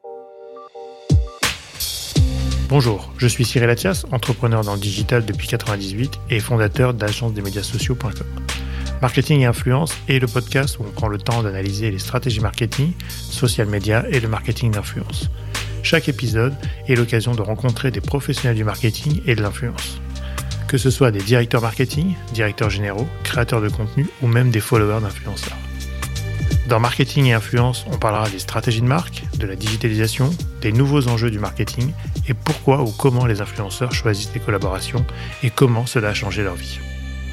Bonjour, je suis Cyril Attias, entrepreneur dans le digital depuis 1998 et fondateur d'agence-des-médias-sociaux.com. Marketing et influence est le podcast où on prend le temps d'analyser les stratégies marketing, social media et le marketing d'influence. Chaque épisode est l'occasion de rencontrer des professionnels du marketing et de l'influence. Que ce soit des directeurs marketing, directeurs généraux, créateurs de contenu ou même des followers d'influenceurs. Dans Marketing et Influence, on parlera des stratégies de marque, de la digitalisation, des nouveaux enjeux du marketing et pourquoi ou comment les influenceurs choisissent les collaborations et comment cela a changé leur vie.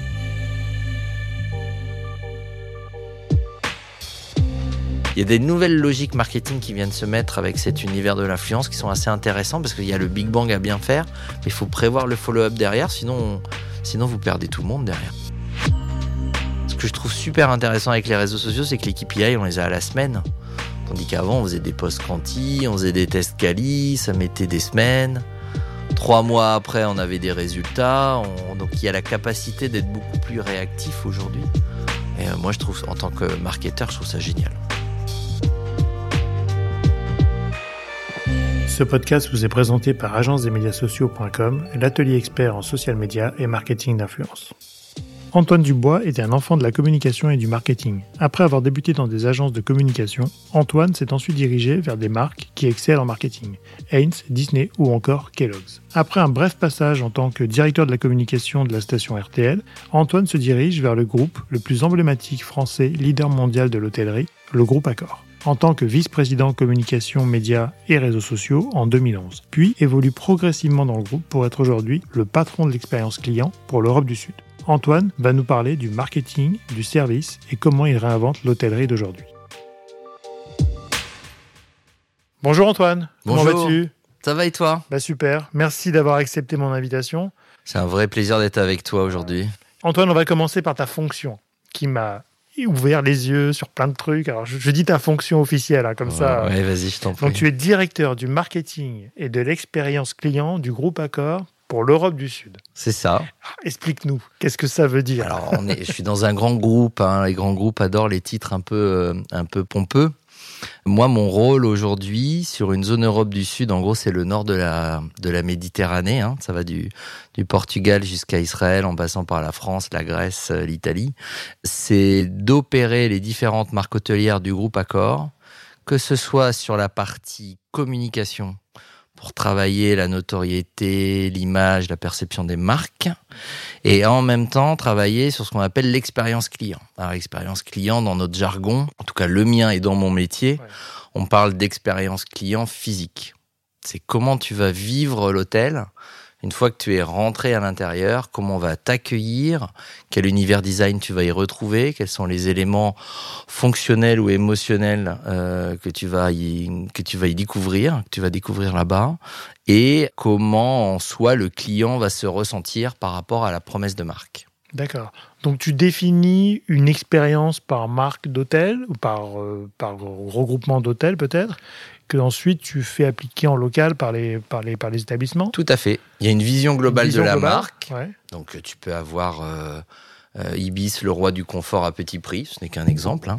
Il y a des nouvelles logiques marketing qui viennent se mettre avec cet univers de l'influence qui sont assez intéressants parce qu'il y a le Big Bang à bien faire, mais il faut prévoir le follow-up derrière, sinon vous perdez tout le monde derrière. Ce que je trouve super intéressant avec les réseaux sociaux, c'est que les KPI, on les a à la semaine. Tandis qu'avant, on faisait des posts quanti, on faisait des tests quali, ça mettait des semaines. 3 mois après, on avait des résultats. Donc il y a la capacité d'être beaucoup plus réactif aujourd'hui. Et moi, je trouve, en tant que marketeur, je trouve ça génial. Ce podcast vous est présenté par agence-des-médias-sociaux.com, l'atelier expert en social media et marketing d'influence. Antoine Dubois était un enfant de la communication et du marketing. Après avoir débuté dans des agences de communication, Antoine s'est ensuite dirigé vers des marques qui excellent en marketing, Heinz, Disney ou encore Kellogg's. Après un bref passage en tant que directeur de la communication de la station RTL, Antoine se dirige vers le groupe le plus emblématique français, leader mondial de l'hôtellerie, le groupe Accor, en tant que vice-président communication, médias et réseaux sociaux en 2011, puis évolue progressivement dans le groupe pour être aujourd'hui le patron de l'expérience client pour l'Europe du Sud. Antoine va nous parler du marketing, du service et comment il réinvente l'hôtellerie d'aujourd'hui. Bonjour Antoine, Bonjour. Comment vas-tu ? Ça va et toi ? Super, merci d'avoir accepté mon invitation. C'est un vrai plaisir d'être avec toi aujourd'hui. Antoine, on va commencer par ta fonction qui m'a ouvert les yeux sur plein de trucs. Alors je dis ta fonction officielle, comme ça. Ouais, vas-y, je t'en prie. Donc tu es directeur du marketing et de l'expérience client du groupe Accor pour l'Europe du Sud. C'est ça. Explique-nous, qu'est-ce que ça veut dire ? Alors, je suis dans un grand groupe. Les grands groupes adorent les titres un peu pompeux. Moi, mon rôle aujourd'hui, sur une zone Europe du Sud, en gros, c'est le nord de la Méditerranée. Ça va du Portugal jusqu'à Israël, en passant par la France, la Grèce, l'Italie. C'est d'opérer les différentes marques hôtelières du groupe Accor, que ce soit sur la partie communication, pour travailler la notoriété, l'image, la perception des marques, et en même temps travailler sur ce qu'on appelle l'expérience client. Alors l'expérience client, dans notre jargon, en tout cas le mien et dans mon métier, on parle d'expérience client physique. C'est comment tu vas vivre l'hôtel une fois que tu es rentré à l'intérieur, comment on va t'accueillir, quel univers design tu vas y retrouver, quels sont les éléments fonctionnels ou émotionnels que tu vas y découvrir, que tu vas découvrir là-bas, et comment en soi le client va se ressentir par rapport à la promesse de marque. D'accord. Donc tu définis une expérience par marque d'hôtel ou par regroupement d'hôtels peut-être, que ensuite tu fais appliquer en local par les établissements. Tout à fait. Il y a une vision globale de la marque. Ouais. Donc tu peux avoir Ibis, le roi du confort à petit prix, ce n'est qu'un exemple.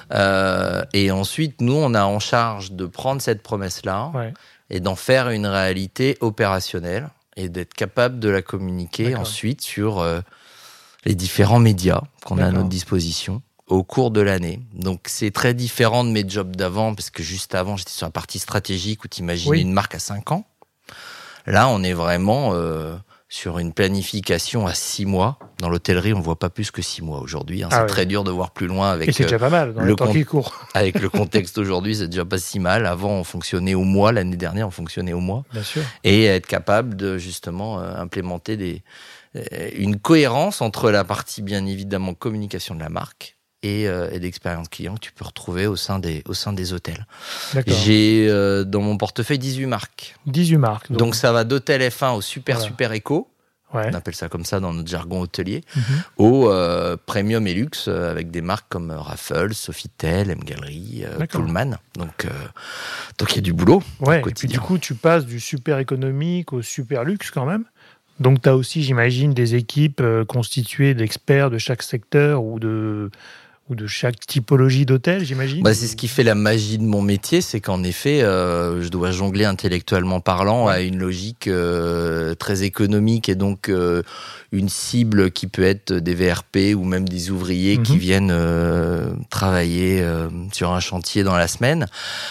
Et ensuite, nous, on a en charge de prendre cette promesse-là et d'en faire une réalité opérationnelle et d'être capable de la communiquer ensuite sur les différents médias qu'on a à notre disposition au cours de l'année. Donc c'est très différent de mes jobs d'avant, parce que juste avant, j'étais sur la partie stratégique où tu imaginais une marque à 5 ans. Là, on est vraiment sur une planification à 6 mois. Dans l'hôtellerie, on ne voit pas plus que 6 mois aujourd'hui. C'est très dur de voir plus loin avec. Et c'est déjà pas mal dans le temps qui court. Avec le contexte aujourd'hui, c'est déjà pas si mal. Avant, on fonctionnait au mois. L'année dernière, on fonctionnait au mois. Bien sûr. Et être capable de justement implémenter une cohérence entre la partie, bien évidemment, communication de la marque et l'expérience client que tu peux retrouver au sein des hôtels. D'accord. J'ai dans mon portefeuille 18 marques. 18 marques. Donc ça va d'hôtel F1 au super éco. Ouais. On appelle ça comme ça dans notre jargon hôtelier. Au premium et luxe avec des marques comme Raffles, Sofitel, M Gallery, Pullman. Donc il y a du boulot. Ouais. Et puis du coup, tu passes du super économique au super luxe quand même. Donc tu as aussi, j'imagine, des équipes constituées d'experts de chaque secteur ou ou de chaque typologie d'hôtel, j'imagine? C'est ce qui fait la magie de mon métier, c'est qu'en effet, je dois jongler intellectuellement parlant à une logique très économique et donc une cible qui peut être des VRP ou même des ouvriers qui viennent travailler sur un chantier dans la semaine,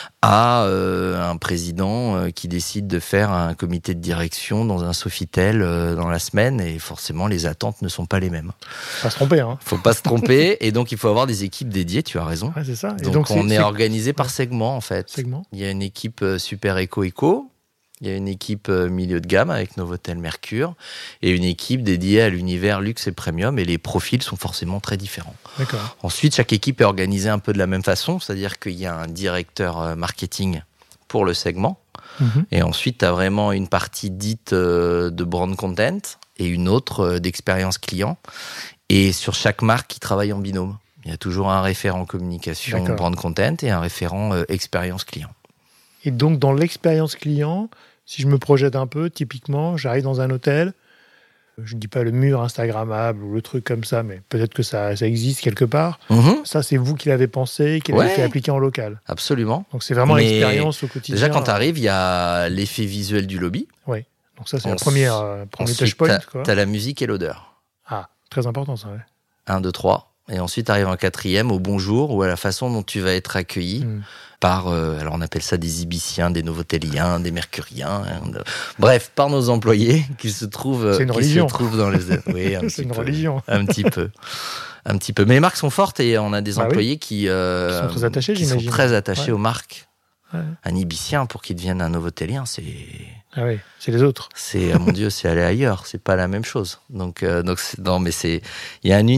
à un président qui décide de faire un comité de direction dans un Sofitel dans la semaine, et forcément les attentes ne sont pas les mêmes. Faut pas se tromper, hein. Faut pas se tromper, et donc il faut avoir des équipes dédiées, tu as raison. Ouais, c'est ça. Et donc on est organisé par segment en fait. Segment. Il y a une équipe super éco, il y a une équipe milieu de gamme avec Novotel Mercure, et une équipe dédiée à l'univers luxe et premium, et les profils sont forcément très différents. D'accord. Ensuite, chaque équipe est organisée un peu de la même façon, c'est-à-dire qu'il y a un directeur marketing pour le segment, et ensuite tu as vraiment une partie dite de brand content et une autre d'expérience client, et sur chaque marque, ils travaillent en binôme. Il y a toujours un référent communication brand content et un référent expérience client. Et donc, dans l'expérience client, si je me projette un peu, typiquement, j'arrive dans un hôtel, je ne dis pas le mur Instagrammable ou le truc comme ça, mais peut-être que ça existe quelque part. Ça, c'est vous qui l'avez pensé, qui l'avez fait appliquer en local. Absolument. Donc, c'est vraiment l'expérience au quotidien. Déjà, quand tu arrives, il y a l'effet visuel du lobby. Oui. Donc ça, c'est le premier touchpoint. Tu as la musique et l'odeur. Ah, très important ça, ouais. 1, 2, 3. Et ensuite, tu arrives en 4e au bonjour ou à la façon dont tu vas être accueilli par, alors on appelle ça des Ibiciens, des Novotéliens, des Mercuriens, bref, par nos employés qui se trouvent dans les... Oui, c'est une religion. Un petit peu. Mais les marques sont fortes et on a des employés qui sont très attachés, j'imagine. Sont très attachés aux marques. Ouais. Un Ibicien, pour qu'il devienne un Novotélien, c'est... Ah oui, c'est les autres. C'est, mon Dieu, c'est aller ailleurs. C'est pas la même chose. Donc non, mais il y a un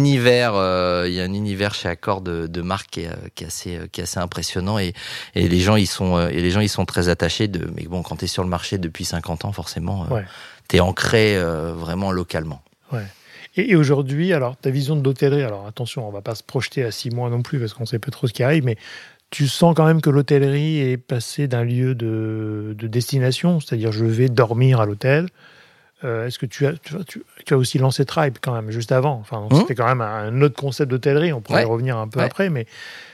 univers chez Accor de marque qui est assez impressionnant, et les gens, ils sont très attachés mais bon, quand t'es sur le marché depuis 50 ans, forcément, t'es ancré, vraiment localement. Ouais. Et aujourd'hui, alors, ta vision de l'hôtellerie, alors attention, on va pas se projeter à 6 mois non plus, parce qu'on sait peu trop ce qui arrive, mais tu sens quand même que l'hôtellerie est passée d'un lieu de destination, c'est-à-dire je vais dormir à l'hôtel. Est-ce que tu as aussi lancé Tribe quand même, juste avant? Enfin, c'était quand même un autre concept d'hôtellerie, on pourrait y revenir un peu après, mais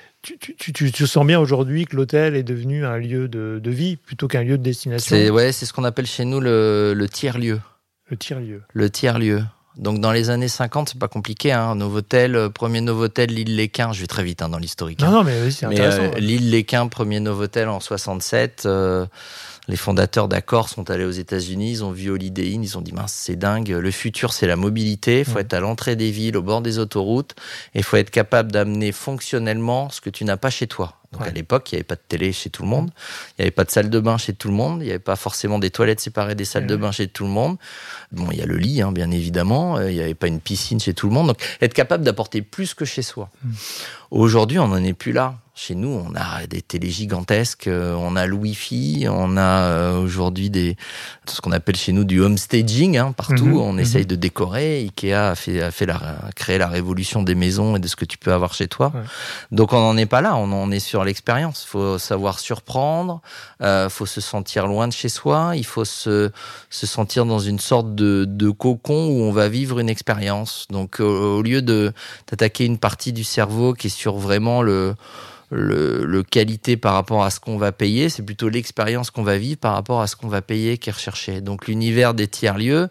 tu sens bien aujourd'hui que l'hôtel est devenu un lieu de vie plutôt qu'un lieu de destination? C'est ce qu'on appelle chez nous le tiers-lieu. Le tiers-lieu. Le tiers-lieu. Donc dans les années 50, c'est pas compliqué, hein. Novotel, premier Novotel, l'Île-les-Quins, je vais très vite dans l'historique. Non, mais oui, c'est intéressant. L'Île-les-Quins, premier Novotel en 67. Les fondateurs d'Accor sont allés aux États-Unis, ils ont vu Holiday Inn, ils ont dit mince, c'est dingue, le futur c'est la mobilité, il faut être à l'entrée des villes, au bord des autoroutes, et il faut être capable d'amener fonctionnellement ce que tu n'as pas chez toi. Donc à l'époque, il n'y avait pas de télé chez tout le monde, il n'y avait pas de salle de bain chez tout le monde, il n'y avait pas forcément des toilettes séparées des salles de bain chez tout le monde. Bon, il y a le lit, hein, bien évidemment, il n'y avait pas une piscine chez tout le monde. Donc être capable d'apporter plus que chez soi. Aujourd'hui, on n'en est plus là. Chez nous, on a des télés gigantesques, on a le Wi-Fi, on a aujourd'hui ce qu'on appelle chez nous du home staging, hein, partout. On essaye de décorer. Ikea a créé la révolution des maisons et de ce que tu peux avoir chez toi. Ouais. Donc on n'en est pas là, on en est sur l'expérience. Il faut savoir surprendre, faut se sentir loin de chez soi, il faut se sentir dans une sorte de cocon où on va vivre une expérience. Donc au lieu de t'attaquer une partie du cerveau qui est sur vraiment le qualité par rapport à ce qu'on va payer, c'est plutôt l'expérience qu'on va vivre par rapport à ce qu'on va payer qui est recherché. Donc l'univers des tiers-lieux,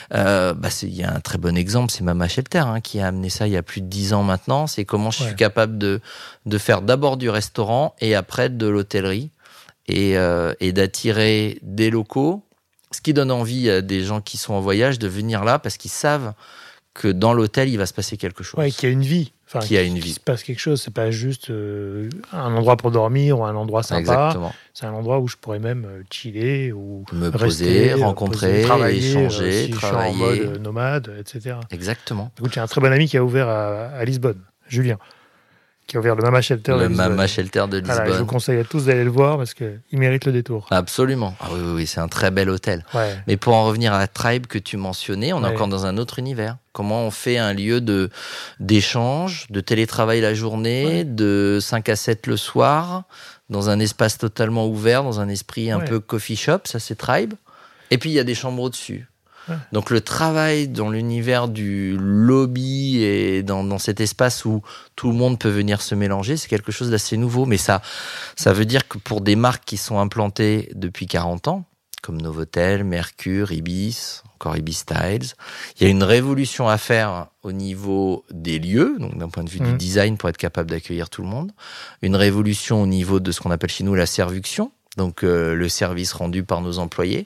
il y a un très bon exemple, c'est Mama Shelter qui a amené ça il y a plus de 10 ans maintenant. C'est comment je suis capable de faire d'abord du restaurant et après de l'hôtellerie et d'attirer des locaux, ce qui donne envie à des gens qui sont en voyage de venir là parce qu'ils savent que dans l'hôtel, il va se passer quelque chose. Oui, qu'il y a une vie. Enfin, qu'il se passe quelque chose, c'est pas juste un endroit pour dormir ou un endroit sympa. Exactement. C'est un endroit où je pourrais même chiller ou me rester, rencontrer, travailler, échanger, si travailler. Je suis en mode nomade, etc. Exactement. Écoute, j'ai un très bon ami qui a ouvert à Lisbonne, Julien, qui a ouvert le Mama Shelter de Lisbonne. Le Mama Shelter de Lisbonne. Voilà, je vous conseille à tous d'aller le voir parce qu'il mérite le détour. Absolument. Ah oui, c'est un très bel hôtel. Ouais. Mais pour en revenir à la Tribe que tu mentionnais, on est encore dans un autre univers. Comment on fait un lieu d'échange, de télétravail la journée, de 5 à 7 le soir, dans un espace totalement ouvert, dans un esprit un peu coffee shop, ça c'est Tribe. Et puis il y a des chambres au-dessus. Ouais. Donc le travail dans l'univers du lobby et dans cet espace où tout le monde peut venir se mélanger, c'est quelque chose d'assez nouveau. Mais ça veut dire que pour des marques qui sont implantées depuis 40 ans, comme Novotel, Mercure, Ibis, encore Ibis Styles, il y a une révolution à faire au niveau des lieux, donc d'un point de vue du design pour être capable d'accueillir tout le monde. Une révolution au niveau de ce qu'on appelle chez nous la servuction, donc le service rendu par nos employés.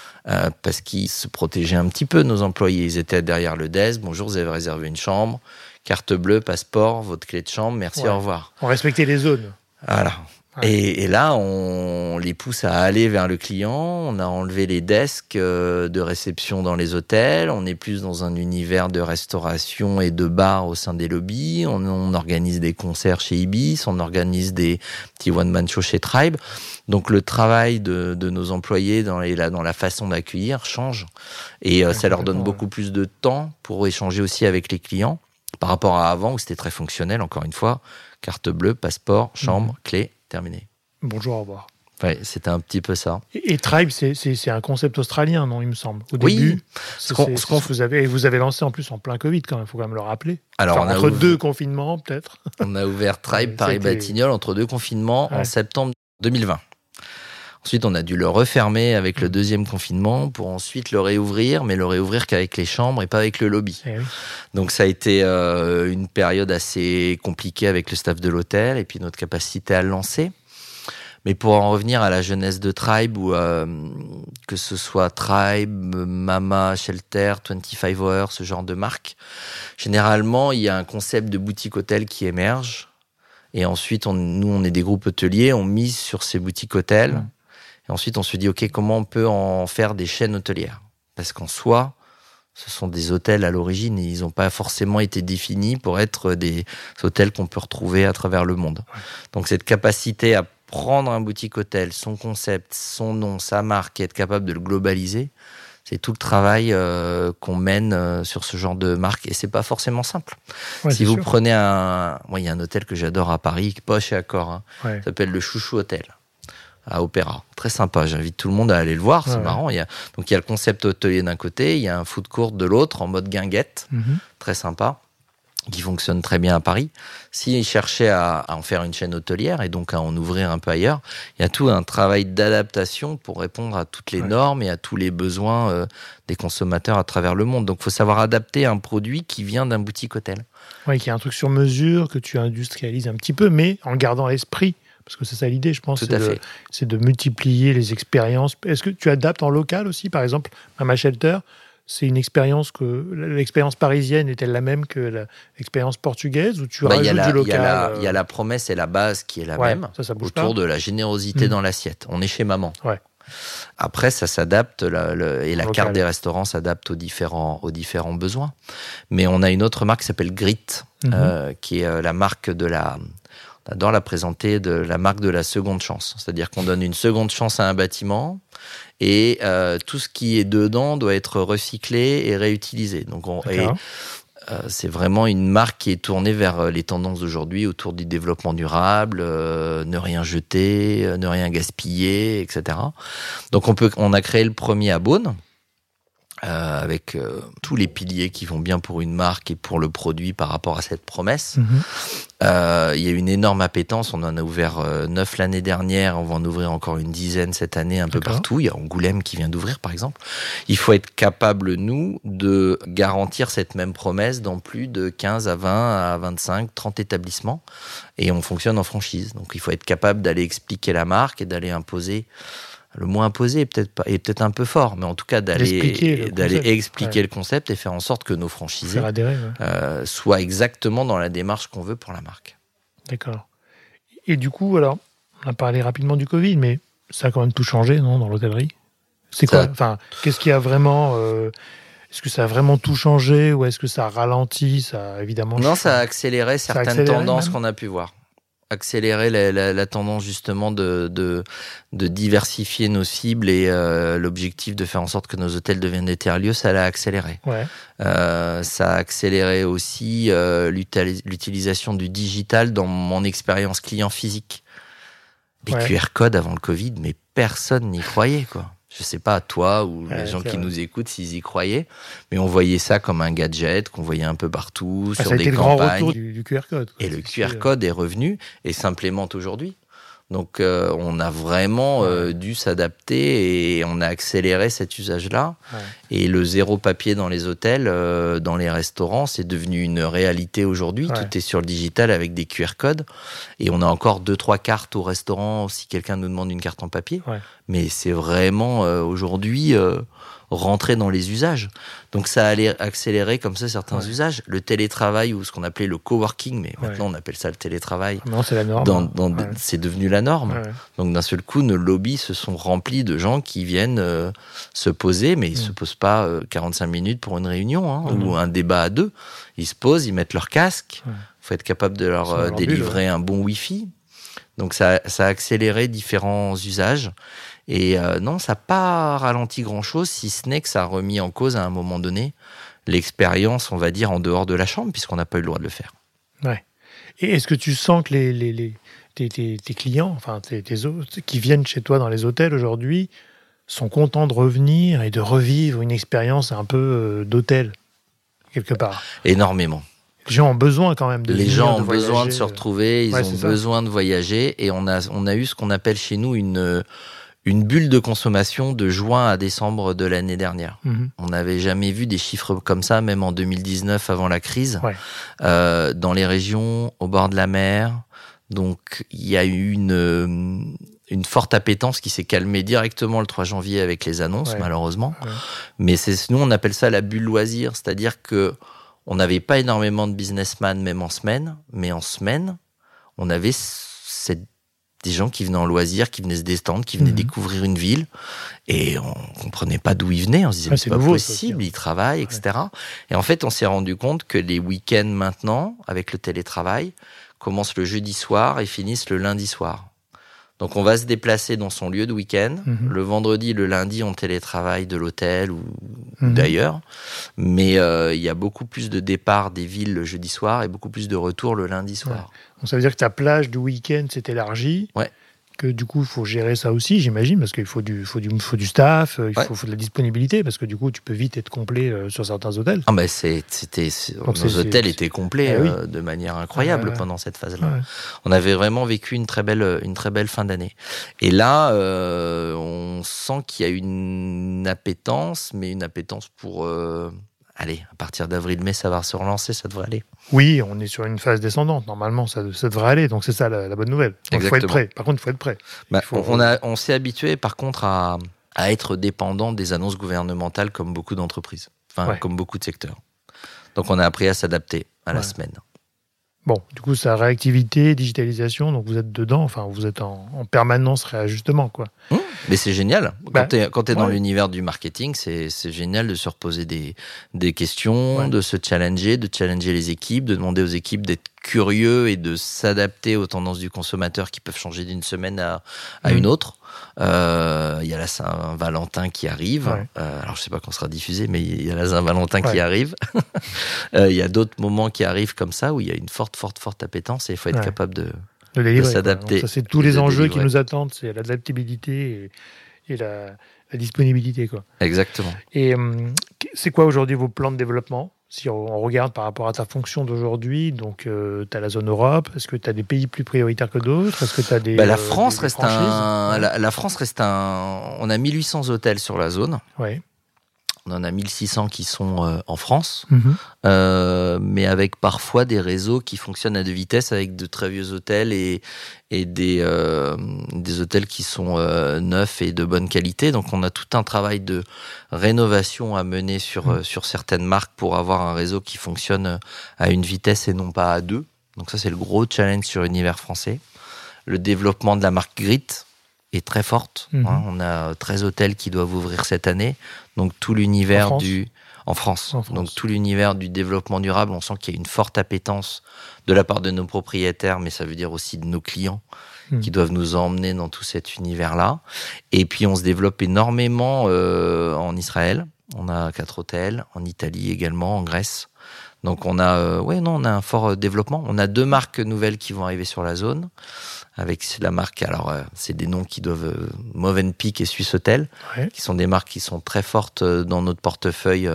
Parce qu'ils se protégeaient un petit peu, nos employés. Ils étaient derrière le desk. Bonjour, vous avez réservé une chambre. Carte bleue, passeport, votre clé de chambre. Merci, au revoir. On respectait les zones. Voilà. Ouais. Et là, on les pousse à aller vers le client. On a enlevé les desks de réception dans les hôtels. On est plus dans un univers de restauration et de bar au sein des lobbies. On organise des concerts chez Ibis. On organise des petits one-man shows chez Tribe. Donc le travail de nos employés dans la façon d'accueillir change. Et ça leur donne beaucoup plus de temps pour échanger aussi avec les clients par rapport à avant où c'était très fonctionnel, encore une fois. Carte bleue, passeport, chambre, clé, terminé. Bonjour, au revoir. Ouais, c'était un petit peu ça. Et Tribe, c'est un concept australien, non, il me semble. Au début, vous avez lancé en plus en plein Covid, quand même, il faut quand même le rappeler. Alors, entre deux confinements, peut-être. On a ouvert Tribe Paris-Batignolles entre deux confinements en septembre 2020. Ensuite, on a dû le refermer avec le deuxième confinement pour ensuite le réouvrir, mais le réouvrir qu'avec les chambres et pas avec le lobby. Oui. Donc ça a été une période assez compliquée avec le staff de l'hôtel et puis notre capacité à le lancer. Mais pour en revenir à la jeunesse de Tribe, où que ce soit Tribe, Mama, Shelter, 25 Hours, ce genre de marque, généralement, il y a un concept de boutique-hôtel qui émerge. Et ensuite, nous, on est des groupes hôteliers, on mise sur ces boutiques-hôtels. Et ensuite, on se dit, OK, comment on peut en faire des chaînes hôtelières ? Parce qu'en soi, ce sont des hôtels à l'origine et ils n'ont pas forcément été définis pour être des hôtels qu'on peut retrouver à travers le monde. Donc, cette capacité à prendre un boutique-hôtel, son concept, son nom, sa marque, et être capable de le globaliser, c'est tout le travail qu'on mène sur ce genre de marque. Et c'est pas forcément simple. Ouais, si vous sûr. prenez moi, il y a un hôtel que j'adore à Paris, pas chez Accor, ça s'appelle le Chouchou Hôtel, à Opéra. Très sympa. J'invite tout le monde à aller le voir. C'est marrant. Donc, il y a le concept hôtelier d'un côté, il y a un food court de l'autre, en mode guinguette. Très sympa, qui fonctionne très bien à Paris. S'ils cherchaient à en faire une chaîne hôtelière et donc à en ouvrir un peu ailleurs, il y a tout un travail d'adaptation pour répondre à toutes les normes et à tous les besoins des consommateurs à travers le monde. Donc, il faut savoir adapter un produit qui vient d'un boutique-hôtel. Oui, qui est un truc sur mesure, que tu industrialises un petit peu, mais en gardant l'esprit. Parce que c'est ça l'idée, je pense, c'est de multiplier les expériences. Est-ce que tu adaptes en local aussi ? Par exemple, Mama Shelter, c'est une expérience l'expérience parisienne est-elle la même que l'expérience portugaise ou tu rajoutes du local Il y a la promesse et la base qui est la même ça bouge autour pas. de la générosité dans l'assiette. On est chez maman. Ouais. Après, ça s'adapte et la local. carte des restaurants s'adapte aux différents besoins. Mais on a une autre marque qui s'appelle Grit, qui est la marque on adore la présenter, de la marque de la seconde chance. C'est-à-dire qu'on donne une seconde chance à un bâtiment et tout ce qui est dedans doit être recyclé et réutilisé. Donc, c'est vraiment une marque qui est tournée vers les tendances d'aujourd'hui autour du développement durable, ne rien jeter, ne rien gaspiller, etc. Donc, on a créé le premier à Beaune, avec tous les piliers qui vont bien pour une marque et pour le produit par rapport à cette promesse. Il y a une énorme appétence. On en a ouvert 9 l'année dernière. On va en ouvrir encore une dizaine cette année un peu partout. Il y a Angoulême qui vient d'ouvrir, par exemple. Il faut être capable, nous, de garantir cette même promesse dans plus de 15 à 20 à 25, 30 établissements. Et on fonctionne en franchise. Donc, il faut être capable d'aller expliquer la marque et d'aller imposer. Le mot imposé est peut-être un peu fort, mais en tout cas d'aller expliquer le concept et faire en sorte que nos franchisés soient exactement dans la démarche qu'on veut pour la marque. D'accord. Et du coup, alors, on a parlé rapidement du Covid, mais ça a quand même tout changé, non, dans l'hôtellerie ? C'est quoi ? Enfin, qu'est-ce qui a vraiment... Est-ce que ça a vraiment tout changé ou est-ce que ça a ralenti ? Ça a évidemment... Non, ça a accéléré certaines tendances qu'on a pu voir. Accélérer la tendance justement de diversifier nos cibles et l'objectif de faire en sorte que nos hôtels deviennent des tiers-lieux, ça l'a accéléré. Ça a accéléré aussi l'utilisation du digital dans mon expérience client physique. Les QR codes avant le Covid, mais personne n'y croyait, quoi. Je sais pas, toi ou les gens qui nous écoutent, s'ils y croyaient. Mais on voyait ça comme un gadget qu'on voyait un peu partout, sur des campagnes. Ça a été le grand retour du QR code. Et le QR code est revenu et s'implémente aujourd'hui. Donc, on a vraiment dû s'adapter et on a accéléré cet usage-là. Ouais. Et le zéro papier dans les hôtels, dans les restaurants, c'est devenu une réalité aujourd'hui. Ouais. Tout est sur le digital avec des QR codes. Et on a encore 2-3 cartes au restaurant si quelqu'un nous demande une carte en papier. Ouais. Mais c'est vraiment aujourd'hui rentrer dans les usages. Donc ça allait accélérer comme ça certains usages. Le télétravail ou ce qu'on appelait le coworking, mais maintenant on appelle ça le télétravail. Non, c'est la norme. C'est devenu la norme. Ouais. Donc d'un seul coup, nos lobbies se sont remplis de gens qui viennent se poser, mais ils se posent pas 45 minutes pour une réunion ou un débat à deux. Ils se posent, ils mettent leur casque. Faut être capable de leur délivrer un bon Wi-Fi. Donc ça a accéléré différents usages. Et non, ça n'a pas ralenti grand-chose, si ce n'est que ça a remis en cause à un moment donné l'expérience, on va dire, en dehors de la chambre, puisqu'on n'a pas eu le droit de le faire. Ouais. Et est-ce que tu sens que tes clients, enfin tes hôtes, qui viennent chez toi dans les hôtels aujourd'hui, sont contents de revenir et de revivre une expérience un peu d'hôtel, quelque part? Énormément. Les gens ont besoin quand même de Les gens ont besoin de se retrouver, ils ont besoin de voyager, et on a eu ce qu'on appelle chez nous une bulle de consommation de juin à décembre de l'année dernière. On n'avait jamais vu des chiffres comme ça, même en 2019, avant la crise, dans les régions, au bord de la mer. Donc, il y a eu une forte appétence qui s'est calmée directement le 3 janvier avec les annonces, malheureusement. Mais nous, on appelle ça la bulle loisir, c'est-à-dire que on n'avait pas énormément de businessmen, même en semaine, mais en semaine, on avait des gens qui venaient en loisir, qui venaient se détendre, qui venaient découvrir une ville, et on comprenait pas d'où ils venaient. On se disait, c'est pas possible, ils travaillent, etc. Et en fait, on s'est rendu compte que les week-ends maintenant, avec le télétravail, commencent le jeudi soir et finissent le lundi soir. Donc, on va se déplacer dans son lieu de week-end. Le vendredi, le lundi, on télétravaille de l'hôtel ou d'ailleurs. Mais il y a beaucoup plus de départs des villes le jeudi soir et beaucoup plus de retours le lundi soir. Ouais. Donc, ça veut dire que ta plage du week-end s'est élargie. Ouais. Que du coup, il faut gérer ça aussi, j'imagine, parce qu'il faut du staff, il faut de la disponibilité, parce que du coup, tu peux vite être complet sur certains hôtels. Ah ben nos hôtels étaient complets de manière incroyable pendant cette phase-là. Ouais. On avait vraiment vécu une très belle fin d'année. Et là, on sent qu'il y a une appétence, mais une appétence pour... Allez, à partir d'avril-mai, ça va se relancer, ça devrait aller. Oui, on est sur une phase descendante. Normalement, ça devrait aller. Donc, c'est ça la bonne nouvelle. Donc, il faut être prêt. Par contre, il faut être prêt. On s'est habitué, par contre, à être dépendant des annonces gouvernementales comme beaucoup d'entreprises. Enfin, comme beaucoup de secteurs. Donc, on a appris à s'adapter à la semaine. Bon, du coup, ça réactivité, digitalisation, donc vous êtes dedans, enfin, vous êtes en permanence réajustement, quoi. Mais c'est génial. Quand t'es dans l'univers du marketing, c'est génial de se reposer des questions, de se challenger, de challenger les équipes, de demander aux équipes d'être curieux et de s'adapter aux tendances du consommateur qui peuvent changer d'une semaine à une autre. Il y a la Saint-Valentin qui arrive. Alors, je sais pas quand sera diffusé, mais il y a la Saint-Valentin qui arrive. Il y a d'autres moments qui arrivent comme ça où il y a une forte appétence et il faut être capable de s'adapter. Ça, c'est tous les enjeux qui nous attendent, c'est l'adaptabilité et la disponibilité, quoi. Exactement. Et c'est quoi aujourd'hui vos plans de développement? Si on regarde par rapport à ta fonction d'aujourd'hui, donc tu as la zone Europe, est-ce que tu as des pays plus prioritaires que d'autres? Est-ce que tu as des la France reste la France reste on a 1800 hôtels sur la zone. Ouais. On en a 1600 qui sont en France, mais avec parfois des réseaux qui fonctionnent à deux vitesses, avec de très vieux hôtels et des hôtels qui sont neufs et de bonne qualité. Donc on a tout un travail de rénovation à mener sur certaines marques pour avoir un réseau qui fonctionne à une vitesse et non pas à deux. Donc ça, c'est le gros challenge sur l'univers français. Le développement de la marque Grit est très forte. On a 13 hôtels qui doivent ouvrir cette année. Donc tout l'univers en France. Donc tout l'univers du développement durable, on sent qu'il y a une forte appétence de la part de nos propriétaires, mais ça veut dire aussi de nos clients qui doivent nous emmener dans tout cet univers-là. Et puis on se développe énormément en Israël. On a 4 hôtels, en Italie également, en Grèce. Donc on a, on a un fort développement. On a 2 marques nouvelles qui vont arriver sur la zone. Avec la marque, alors c'est des noms qui doivent Movenpick et Swiss Hotel, qui sont des marques qui sont très fortes dans notre portefeuille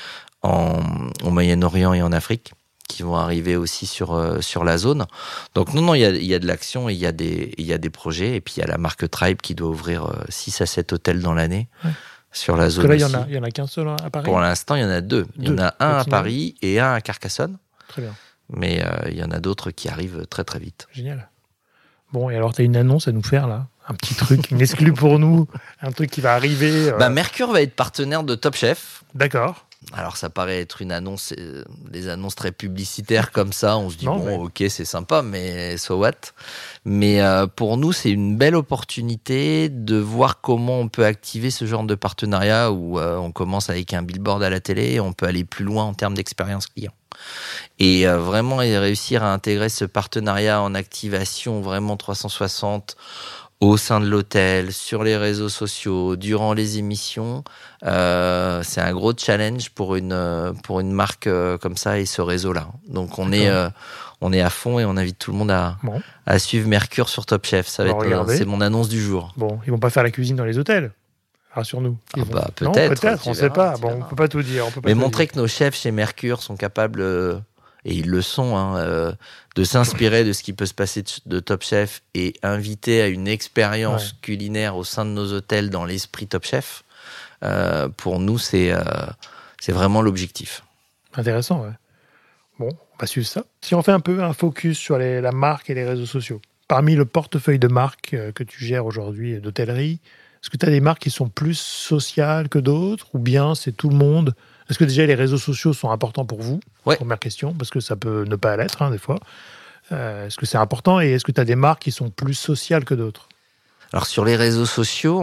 au Moyen-Orient et en Afrique, qui vont arriver aussi sur la zone. Donc non, il y a de l'action, il y a des projets, et puis il y a la marque Tribe qui doit ouvrir 6 à 7 hôtels dans l'année sur la zone. Parce que là, il y en a qu'un seul à Paris. Pour l'instant, il y en a 2. Il y en a un à Paris et un à Carcassonne. Très bien. Mais il y en a d'autres qui arrivent très très vite. Génial. Bon, et alors, tu as une annonce à nous faire, là? Un petit truc, une exclue pour nous, un truc qui va arriver. Mercure va être partenaire de Top Chef. D'accord. Alors, ça paraît être une annonce, des annonces très publicitaires comme ça. On se dit, ok, c'est sympa, mais so what? Mais pour nous, c'est une belle opportunité de voir comment on peut activer ce genre de partenariat où on commence avec un billboard à la télé et on peut aller plus loin en termes d'expérience client. Et vraiment réussir à intégrer ce partenariat en activation vraiment 360 au sein de l'hôtel, sur les réseaux sociaux, durant les émissions, c'est un gros challenge pour une marque comme ça et ce réseau-là. Donc on est à fond et on invite tout le monde à suivre Mercure sur Top Chef. Ça va être, c'est mon annonce du jour. Bon, ils vont pas faire la cuisine dans les hôtels. Rassure-nous. Peut-être. Non, peut-être, on ne sait pas. Bon, on peut pas tout dire. Mais montrer que nos chefs chez Mercure sont capables, et ils le sont, de s'inspirer de ce qui peut se passer de Top Chef et inviter à une expérience culinaire au sein de nos hôtels dans l'esprit Top Chef. Pour nous, c'est vraiment l'objectif. Intéressant, ouais. Bon, on va suivre ça. Si on fait un peu un focus sur la marque et les réseaux sociaux, parmi le portefeuille de marques que tu gères aujourd'hui d'hôtellerie, est-ce que tu as des marques qui sont plus sociales que d'autres ou bien c'est tout le monde? Est-ce que déjà les réseaux sociaux sont importants pour vous? Première question, parce que ça peut ne pas l'être des fois. Est-ce que c'est important et est-ce que tu as des marques qui sont plus sociales que d'autres? Alors sur les réseaux sociaux,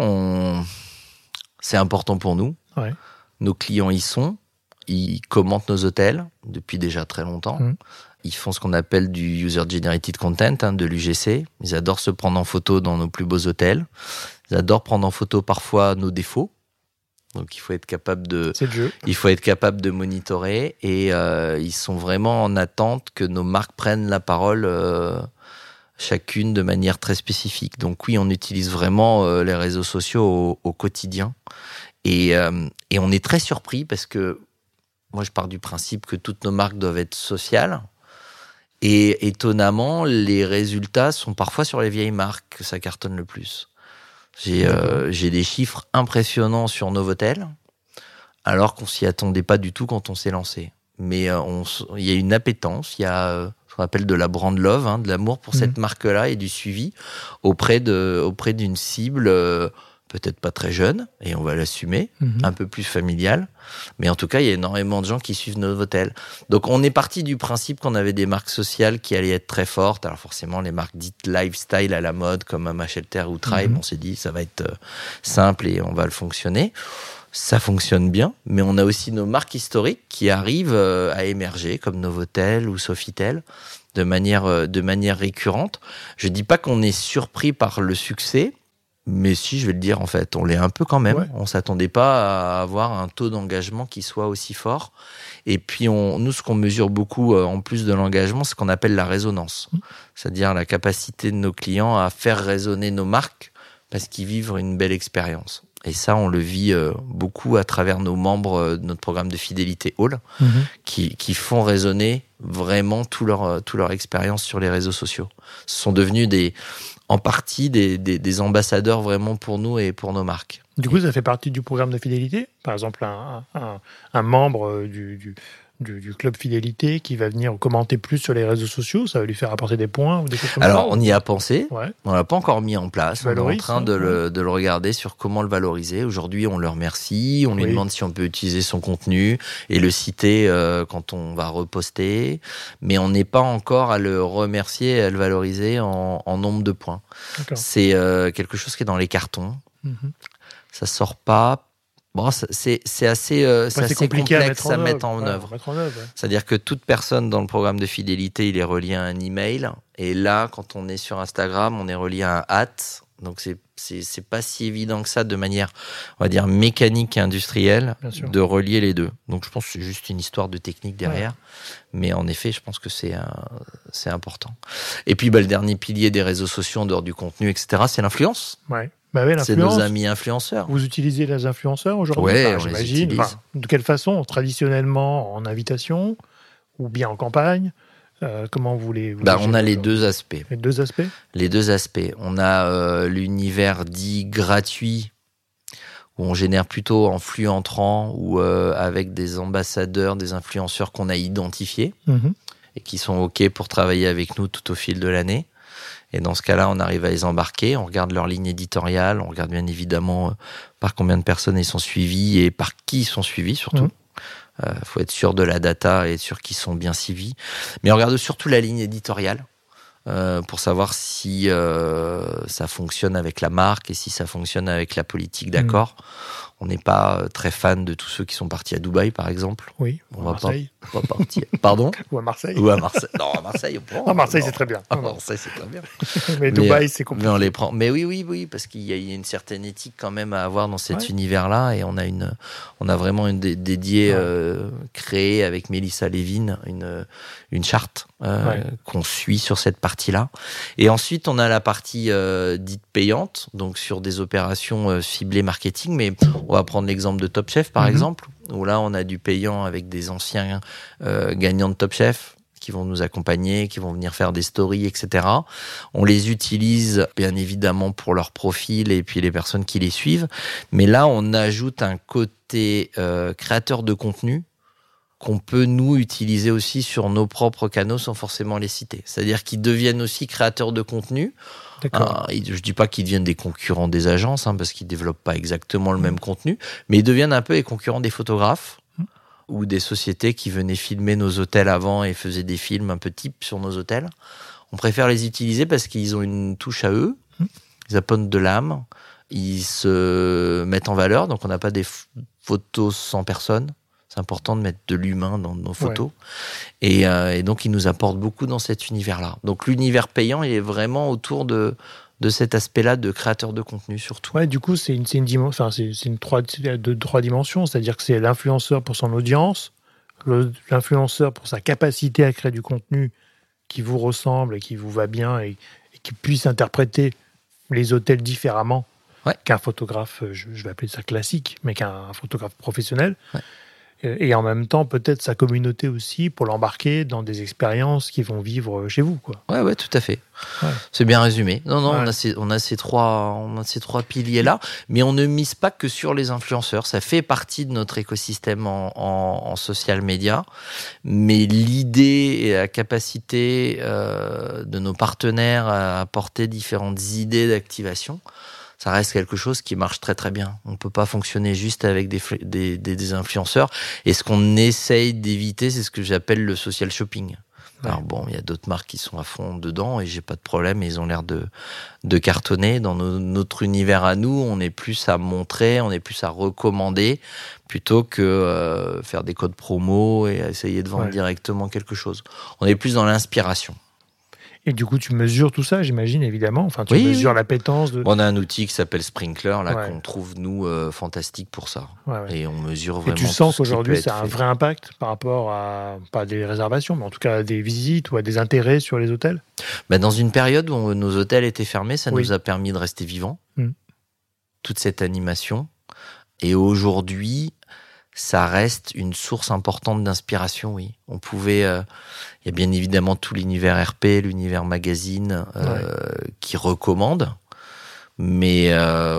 c'est important pour nous. Ouais. Nos clients y sont. Ils commentent nos hôtels depuis déjà très longtemps. Ils font ce qu'on appelle du User-Generated Content, de l'UGC. Ils adorent se prendre en photo dans nos plus beaux hôtels. Ils adorent prendre en photo parfois nos défauts. Donc il faut être capable de monitorer et ils sont vraiment en attente que nos marques prennent la parole chacune de manière très spécifique. Donc oui, on utilise vraiment les réseaux sociaux au quotidien et on est très surpris parce que moi je pars du principe que toutes nos marques doivent être sociales. Et étonnamment, les résultats sont parfois sur les vieilles marques que ça cartonne le plus. J'ai des chiffres impressionnants sur Novotel, alors qu'on s'y attendait pas du tout quand on s'est lancé. Mais il y a une appétence, il y a ce qu'on appelle de la brand love, de l'amour pour cette marque-là et du suivi auprès d'une cible peut-être pas très jeune, et on va l'assumer, un peu plus familiale. Mais en tout cas, il y a énormément de gens qui suivent Novotel. Donc, on est parti du principe qu'on avait des marques sociales qui allaient être très fortes. Alors, forcément, les marques dites lifestyle à la mode, comme Mama Shelter ou Tribe, on s'est dit, ça va être simple et on va le fonctionner. Ça fonctionne bien, mais on a aussi nos marques historiques qui arrivent à émerger, comme Novotel ou Sofitel, de manière récurrente. Je dis pas qu'on est surpris par le succès, mais si, je vais le dire, en fait, on l'est un peu quand même. Ouais. On s'attendait pas à avoir un taux d'engagement qui soit aussi fort. Et puis, nous, ce qu'on mesure beaucoup, en plus de l'engagement, c'est ce qu'on appelle la résonance. C'est-à-dire la capacité de nos clients à faire résonner nos marques parce qu'ils vivent une belle expérience. Et ça, on le vit beaucoup à travers nos membres de notre programme de fidélité All, qui font résonner vraiment toute leur expérience sur les réseaux sociaux. Ce sont devenus en partie des ambassadeurs vraiment pour nous et pour nos marques. Du coup, ça fait partie du programme de fidélité? Par exemple, un membre du club fidélité qui va venir commenter plus sur les réseaux sociaux, ça va lui faire apporter des points ou des choses comme ça? Alors, on y a pensé. Ouais. On l'a pas encore mis en place. On est en train de le regarder sur comment le valoriser. Aujourd'hui, on le remercie. On lui demande si on peut utiliser son contenu et le citer quand on va reposter. Mais on n'est pas encore à le remercier et à le valoriser en nombre de points. D'accord. C'est quelque chose qui est dans les cartons. Ça sort pas. Bon, c'est assez complexe à mettre en œuvre. C'est-à-dire que toute personne dans le programme de fidélité, il est relié à un email. Et là, quand on est sur Instagram, on est relié à un @ Donc c'est pas si évident que ça de manière, on va dire, mécanique et industrielle de relier les deux. Donc je pense que c'est juste une histoire de technique derrière. Mais en effet, je pense que c'est important. Et puis le dernier pilier des réseaux sociaux en dehors du contenu, etc., c'est l'influence. Ouais. Bah oui, c'est nos amis influenceurs. Vous utilisez les influenceurs aujourd'hui? Oui, on les utilise. De quelle façon? Traditionnellement en invitation ou bien en campagne? Comment vous les on a les deux aspects. Les deux aspects. On a l'univers dit gratuit, où on génère plutôt en flux entrant ou avec des ambassadeurs, des influenceurs qu'on a identifiés et qui sont OK pour travailler avec nous tout au fil de l'année. Et dans ce cas-là, on arrive à les embarquer, on regarde leur ligne éditoriale, on regarde bien évidemment par combien de personnes ils sont suivis et par qui ils sont suivis surtout. Faut être sûr de la data et être sûr qu'ils sont bien suivis. Mais on regarde surtout la ligne éditoriale pour savoir si ça fonctionne avec la marque et si ça fonctionne avec la politique d'accord. On n'est pas très fan de tous ceux qui sont partis à Dubaï, par exemple. Oui, on va Marseille. Pas partir. Pardon? Ou à Marseille. Ou à Marseille. Non, à Marseille, on prend. À Marseille, c'est très bien. Marseille, c'est très bien. Mais Dubaï, c'est compliqué. Mais on les prend. Mais oui, parce qu'il y a une certaine éthique quand même à avoir dans cet univers-là. Et on a vraiment une dédiée créée avec Mélissa Lévin, une charte qu'on suit sur cette partie-là. Et ensuite, on a la partie dite payante, donc sur des opérations ciblées marketing. Mais on va prendre l'exemple de Top Chef, par exemple, où là, on a du payant avec des anciens gagnants de Top Chef qui vont nous accompagner, qui vont venir faire des stories, etc. On les utilise, bien évidemment, pour leur profil et puis les personnes qui les suivent. Mais là, on ajoute un côté créateur de contenu qu'on peut, nous, utiliser aussi sur nos propres canaux sans forcément les citer. C'est-à-dire qu'ils deviennent aussi créateurs de contenu. Je dis pas qu'ils deviennent des concurrents des agences, parce qu'ils développent pas exactement le même contenu, mais ils deviennent un peu les concurrents des photographes ou des sociétés qui venaient filmer nos hôtels avant et faisaient des films un peu type sur nos hôtels. On préfère les utiliser parce qu'ils ont une touche à eux, ils apportent de l'âme, ils se mettent en valeur, donc on n'a pas des photos sans personne. C'est important de mettre de l'humain dans nos photos. Et donc, ils nous apportent beaucoup dans cet univers-là. Donc, l'univers payant, il est vraiment autour de cet aspect-là de créateur de contenu, surtout. Ouais, du coup, c'est une dimension, c'est une trois dimensions. C'est-à-dire que c'est l'influenceur pour son audience, l'influenceur pour sa capacité à créer du contenu qui vous ressemble et qui vous va bien et qui puisse interpréter les hôtels différemment qu'un photographe, je vais appeler ça classique, mais qu'un photographe professionnel. Et en même temps, peut-être sa communauté aussi, pour l'embarquer dans des expériences qu'ils vont vivre chez vous, quoi. Ouais, tout à fait. C'est bien résumé. Non, on a ces trois piliers-là, mais on ne mise pas que sur les influenceurs. Ça fait partie de notre écosystème en social media, mais l'idée et la capacité de nos partenaires à apporter différentes idées d'activation, ça reste quelque chose qui marche très très bien. On peut pas fonctionner juste avec des influenceurs. Et ce qu'on essaye d'éviter, c'est ce que j'appelle le social shopping. Alors bon, il y a d'autres marques qui sont à fond dedans et j'ai pas de problème. Ils ont l'air de cartonner. Dans notre univers à nous, on est plus à montrer, on est plus à recommander plutôt que faire des codes promo et à essayer de vendre directement quelque chose. On est plus dans l'inspiration. Et du coup, tu mesures tout ça, j'imagine, évidemment. Enfin, tu mesures l'appétence de... On a un outil qui s'appelle Sprinkler, qu'on trouve, nous, fantastique pour ça. Et on mesure vraiment. Et tu sens qu'aujourd'hui, ça a un vrai impact par rapport à, pas des réservations, mais en tout cas à des visites ou à des intérêts sur les hôtels? Dans une période où nos hôtels étaient fermés, ça nous a permis de rester vivants. Toute cette animation. Et aujourd'hui, ça reste une source importante d'inspiration, oui. On pouvait... il y a bien évidemment tout l'univers RP, l'univers magazine qui recommande. Mais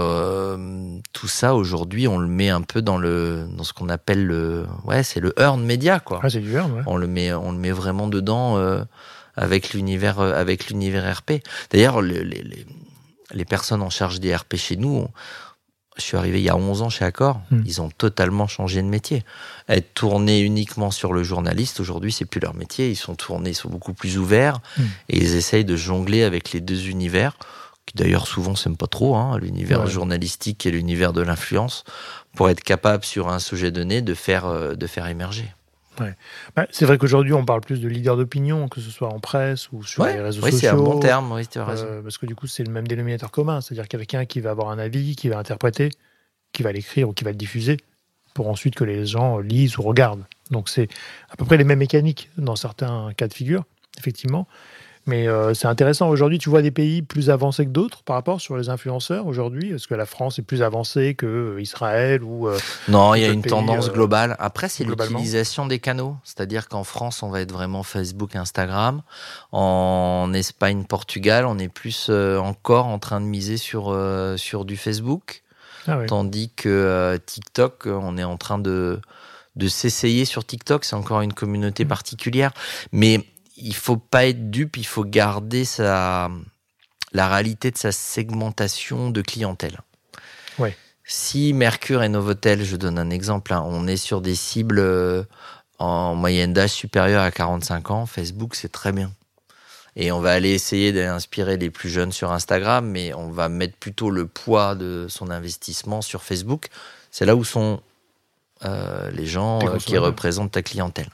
tout ça, aujourd'hui, on le met un peu dans ce qu'on appelle c'est le earned media, quoi. C'est du earned, on le met vraiment dedans avec l'univers RP. D'ailleurs, les personnes en charge des RP chez nous... Je suis arrivé il y a 11 ans chez Accor. Ils ont totalement changé de métier. Être tournés uniquement sur le journaliste, aujourd'hui, c'est plus leur métier. Ils sont beaucoup plus ouverts et ils essayent de jongler avec les deux univers, qui d'ailleurs souvent s'aiment pas trop, l'univers journalistique et l'univers de l'influence, pour être capable sur un sujet donné de faire émerger. Ouais. C'est vrai qu'aujourd'hui, on parle plus de leader d'opinion, que ce soit en presse ou sur les réseaux sociaux. Oui, c'est un bon terme, oui, tu as raison. Parce que du coup, c'est le même dénominateur commun. C'est-à-dire quelqu'un qui va avoir un avis, qui va interpréter, qui va l'écrire ou qui va le diffuser, pour ensuite que les gens lisent ou regardent. Donc c'est à peu près les mêmes mécaniques dans certains cas de figure, effectivement. Mais c'est intéressant. Aujourd'hui, tu vois des pays plus avancés que d'autres par rapport sur les influenceurs aujourd'hui. Est-ce que la France est plus avancée que Israël ou Non, il y a une tendance globale. Après, c'est l'utilisation des canaux. C'est-à-dire qu'en France, on va être vraiment Facebook, Instagram. En Espagne, Portugal, on est plus encore en train de miser sur du Facebook. Ah oui. Tandis que TikTok, on est en train de s'essayer sur TikTok. C'est encore une communauté particulière. Mais il faut pas être dupe, il faut garder la réalité de sa segmentation de clientèle. Ouais. Si Mercure et Novotel, je donne un exemple, on est sur des cibles en moyenne d'âge supérieure à 45 ans, Facebook, c'est très bien. Et on va aller essayer d'inspirer les plus jeunes sur Instagram, mais on va mettre plutôt le poids de son investissement sur Facebook. C'est là où sont les gens qui représentent ta clientèle.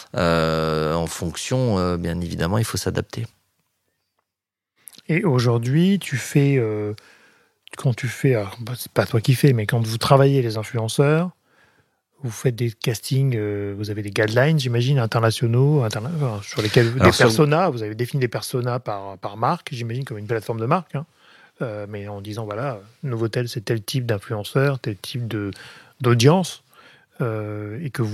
En fonction, bien évidemment, il faut s'adapter. Et aujourd'hui, quand tu fais, alors, c'est pas toi qui fais, mais quand vous travaillez les influenceurs, vous faites des castings, vous avez des guidelines, j'imagine, internationaux, sur lesquels vous avez défini des personas par marque, j'imagine, comme une plateforme de marque, mais en disant, voilà, Novotel, c'est tel type d'influenceur, tel type d'audience. Et que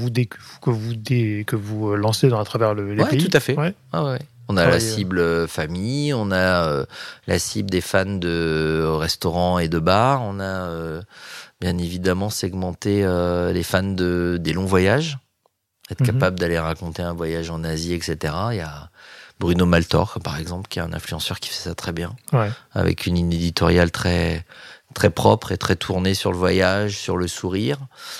vous lancez à travers les pays. Oui, tout à fait. Ouais. Ah ouais. On a la cible famille, on a la cible des fans de restaurants et de bars, on a bien évidemment segmenté les fans des longs voyages, être capable d'aller raconter un voyage en Asie, etc. Il y a Bruno Maltor, par exemple, qui est un influenceur qui fait ça très bien, avec une ligne éditoriale très propre et très tourné sur le voyage, sur le sourire.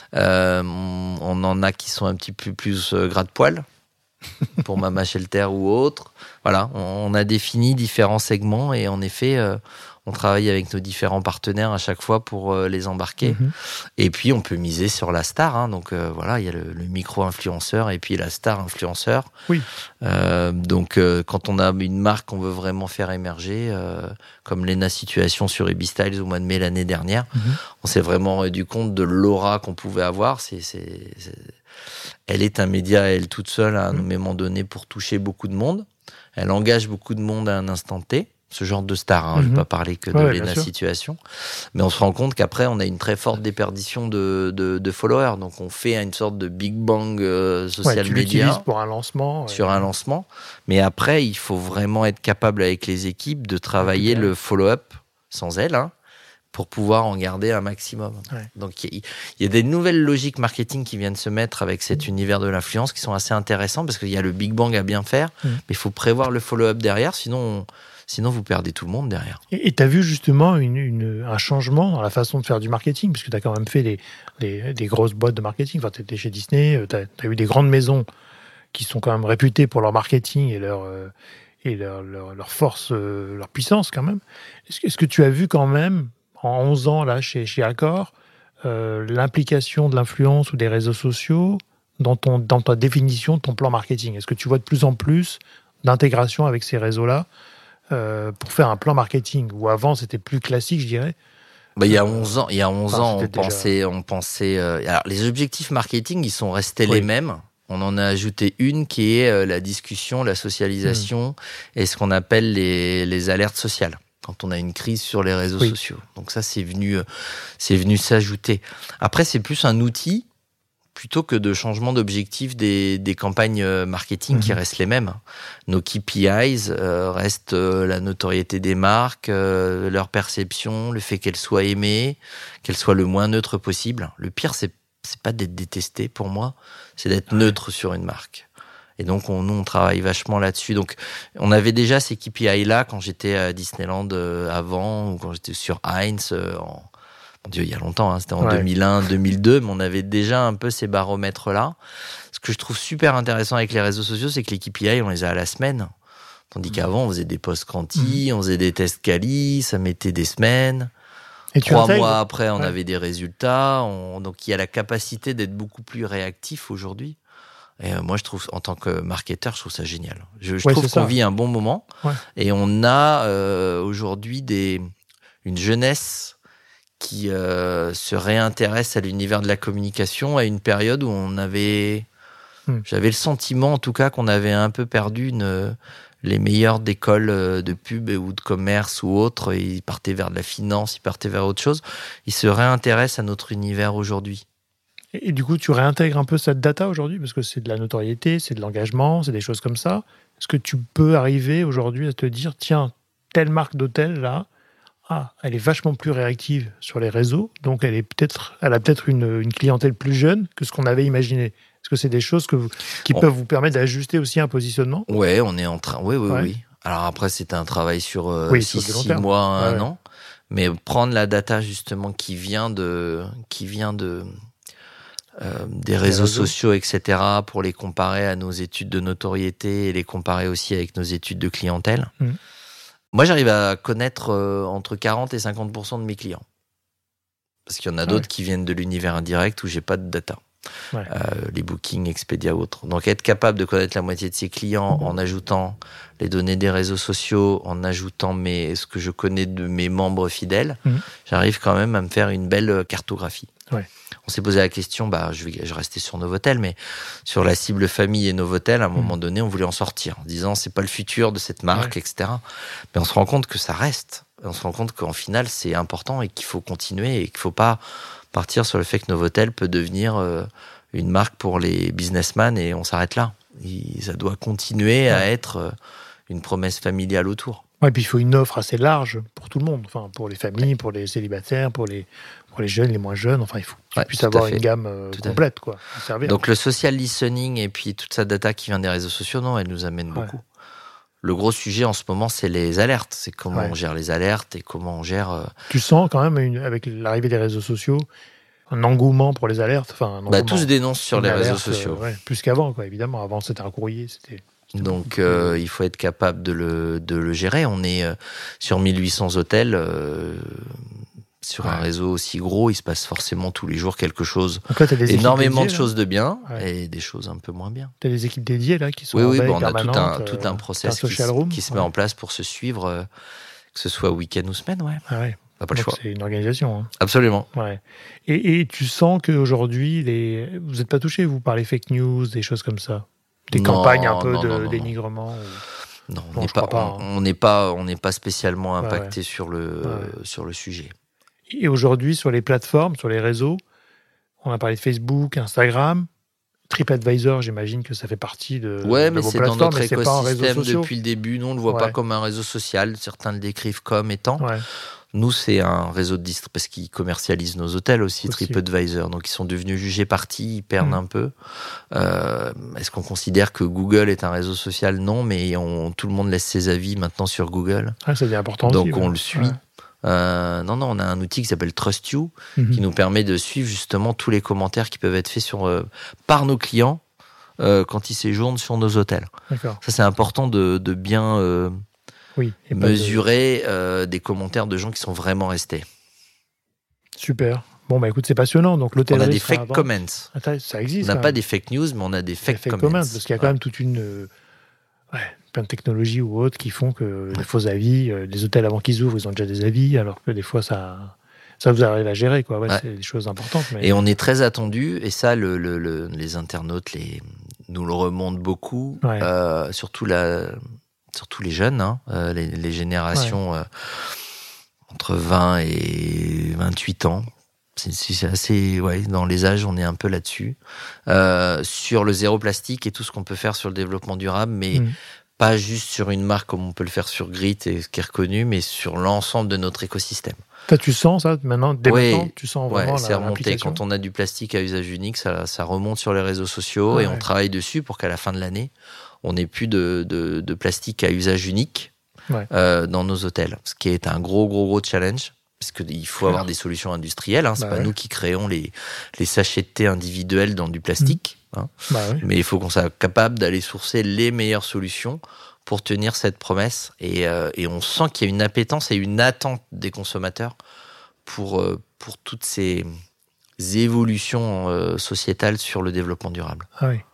On en a qui sont un petit peu plus gras de poil, pour Mama Shelter ou autre. Voilà, on a défini différents segments et en effet, on travaille avec nos différents partenaires à chaque fois pour les embarquer. Et puis, on peut miser sur la star. Donc, voilà, il y a le micro-influenceur et puis la star-influenceur. Oui. Donc, quand on a une marque qu'on veut vraiment faire émerger, comme Lena Situation sur Ebi Styles au mois de mai l'année dernière, on s'est vraiment rendu compte de l'aura qu'on pouvait avoir. Elle est un média, elle toute seule, à un moment donné, pour toucher beaucoup de monde. Elle engage beaucoup de monde à un instant T. Ce genre de star, je ne vais pas parler que de Lena Situation, mais on se rend compte qu'après on a une très forte déperdition de followers, donc on fait une sorte de big bang social tu media l'utilises pour un lancement, sur un lancement, mais après il faut vraiment être capable avec les équipes de travailler le follow-up sans elle, pour pouvoir en garder un maximum. Donc il y a des nouvelles logiques marketing qui viennent se mettre avec cet univers de l'influence qui sont assez intéressants parce qu'il y a le big bang à bien faire, mais il faut prévoir le follow-up derrière, sinon vous perdez tout le monde derrière. Et tu as vu justement un changement dans la façon de faire du marketing, puisque tu as quand même fait des grosses boîtes de marketing. Enfin, tu étais chez Disney, tu as eu des grandes maisons qui sont quand même réputées pour leur marketing et leur force, leur puissance quand même. Est-ce que tu as vu quand même, en 11 ans là, chez Accor, l'implication de l'influence ou des réseaux sociaux dans ta définition de ton plan marketing? Est-ce que tu vois de plus en plus d'intégration avec ces réseaux-là pour faire un plan marketing, où avant c'était plus classique, je dirais? Il y a 11 ans, on pensait alors les objectifs marketing, ils sont restés les mêmes. On en a ajouté une qui est la discussion, la socialisation et ce qu'on appelle les alertes sociales quand on a une crise sur les réseaux sociaux. Donc ça, c'est venu s'ajouter. Après, c'est plus un outil plutôt que de changement d'objectif des campagnes marketing qui restent les mêmes. Nos KPIs restent la notoriété des marques, leur perception, le fait qu'elles soient aimées, qu'elles soient le moins neutres possible. Le pire, c'est pas d'être détesté pour moi, c'est d'être neutre sur une marque. Et donc, nous, on travaille vachement là-dessus. Donc, on avait déjà ces KPI-là quand j'étais à Disneyland avant, ou quand j'étais sur Heinz mon Dieu, il y a longtemps, c'était en 2001, 2002, mais on avait déjà un peu ces baromètres-là. Ce que je trouve super intéressant avec les réseaux sociaux, c'est que les KPI, on les a à la semaine. Tandis qu'avant, on faisait des posts quanti, on faisait des tests quali, ça mettait des semaines. Et 3 mois après, on avait des résultats. Donc, il y a la capacité d'être beaucoup plus réactif aujourd'hui Et moi, je trouve, en tant que marketeur, je trouve ça génial. Je Ouais, trouve c'est ça. qu'on vit un bon moment. Ouais. Et on a aujourd'hui une jeunesse qui se réintéresse à l'univers de la communication à une période où j'avais le sentiment, en tout cas, qu'on avait un peu perdu les meilleurs d'écoles de pub ou de commerce ou autres. Ils partaient vers de la finance, ils partaient vers autre chose. Ils se réintéressent à notre univers aujourd'hui. Et du coup, tu réintègres un peu cette data aujourd'hui parce que c'est de la notoriété, c'est de l'engagement, c'est des choses comme ça. Est-ce que tu peux arriver aujourd'hui à te dire, tiens, telle marque d'hôtel là, elle est vachement plus réactive sur les réseaux, donc elle a peut-être une clientèle plus jeune que ce qu'on avait imaginé. Est-ce que c'est des choses qui peuvent vous permettre d'ajuster aussi un positionnement ? Ouais, on est en train. Oui. Alors après, c'est un travail sur 6 mois, un an. Mais prendre la data justement qui vient des réseaux sociaux, etc., pour les comparer à nos études de notoriété et les comparer aussi avec nos études de clientèle. Moi, j'arrive à connaître entre 40 et 50% de mes clients. Parce qu'il y en a d'autres qui viennent de l'univers indirect où j'ai pas de data. Les bookings, Expedia ou autres. Donc, être capable de connaître la moitié de ses clients en ajoutant les données des réseaux sociaux, en ajoutant ce que je connais de mes membres fidèles, j'arrive quand même à me faire une belle cartographie. On s'est posé la question, je restais sur Novotel, mais sur la cible famille et Novotel, à un moment donné, on voulait en sortir en disant c'est pas le futur de cette marque, etc. Mais on se rend compte que ça reste. On se rend compte qu'en final, c'est important et qu'il faut continuer et qu'il faut pas partir sur le fait que Novotel peut devenir une marque pour les businessmen et on s'arrête là. Ça doit continuer à être une promesse familiale autour. Et puis il faut une offre assez large pour tout le monde, enfin pour les familles, pour les célibataires, pour les jeunes, les moins jeunes. Enfin, il faut que tu puisses avoir une gamme complète, quoi. Donc le social listening et puis toute sa data qui vient des réseaux sociaux, non, elle nous amène beaucoup. Le gros sujet en ce moment, c'est les alertes. C'est comment on gère les alertes et comment on gère. Tu sens quand même avec l'arrivée des réseaux sociaux un engouement pour les alertes. Tous se dénoncent sur les réseaux sociaux. Plus qu'avant, quoi. Évidemment, avant c'était un courrier, Donc, il faut être capable de le gérer. On est sur 1800 hôtels. Sur un réseau aussi gros, il se passe forcément tous les jours quelque chose. Donc là, énormément de choses de bien et des choses un peu moins bien. Tu as des équipes dédiées là qui sont on a tout un process qui se met en place pour se suivre, que ce soit week-end ou semaine. Pas le choix. C'est une organisation. Hein. Absolument. Et tu sens qu'aujourd'hui, vous n'êtes pas touchés, vous, par les fake news, des choses comme ça, des campagnes un peu de dénigrement. Non, on n'est pas spécialement impacté sur le sujet. Et aujourd'hui, sur les plateformes, sur les réseaux, on a parlé de Facebook, Instagram, TripAdvisor, j'imagine que ça fait partie de vos plateformes. Mais c'est dans notre écosystème depuis le début. Nous, on ne le voit pas comme un réseau social. Certains le décrivent comme étant. Nous, c'est un réseau de distribution parce qu'ils commercialisent nos hôtels aussi, TripAdvisor. Donc, ils sont devenus jugés partis, ils perdent un peu. Est-ce qu'on considère que Google est un réseau social ? Non, mais tout le monde laisse ses avis maintenant sur Google. Ça devient important donc, aussi, on le suit. On a un outil qui s'appelle Trust You, qui nous permet de suivre justement tous les commentaires qui peuvent être faits par nos clients quand ils séjournent sur nos hôtels. D'accord. Ça, c'est important de bien mesurer des commentaires de gens qui sont vraiment restés. Super. Bon, écoute, c'est passionnant. Donc, l'hôtellerie, on a des fake comments. Ça existe. On n'a pas des fake news, mais on a des fake comments. Parce qu'il y a quand même toute plein de technologies ou autres qui font que les faux avis, les hôtels avant qu'ils ouvrent, ils ont déjà des avis, alors que des fois, ça vous arrive à gérer, quoi. C'est des choses importantes. Et on est très attendu, et ça, les internautes nous le remontent beaucoup, surtout les jeunes, les générations entre 20 et 28 ans. C'est assez, dans les âges, on est un peu là-dessus. Sur le zéro plastique et tout ce qu'on peut faire sur le développement durable, mais pas juste sur une marque comme on peut le faire sur Grit et ce qui est reconnu, mais sur l'ensemble de notre écosystème. Tu sens ça maintenant, maintenant, tu sens vraiment c'est remonté. Quand on a du plastique à usage unique, ça remonte sur les réseaux sociaux et on travaille dessus pour qu'à la fin de l'année, on n'ait plus de plastique à usage unique dans nos hôtels, ce qui est un gros challenge. Parce qu'il faut avoir des solutions industrielles. C'est pas nous qui créons les sachets de thé individuels dans du plastique. Mais il faut qu'on soit capable d'aller sourcer les meilleures solutions pour tenir cette promesse. Et on sent qu'il y a une appétence et une attente des consommateurs pour toutes ces évolutions sociétales sur le développement durable.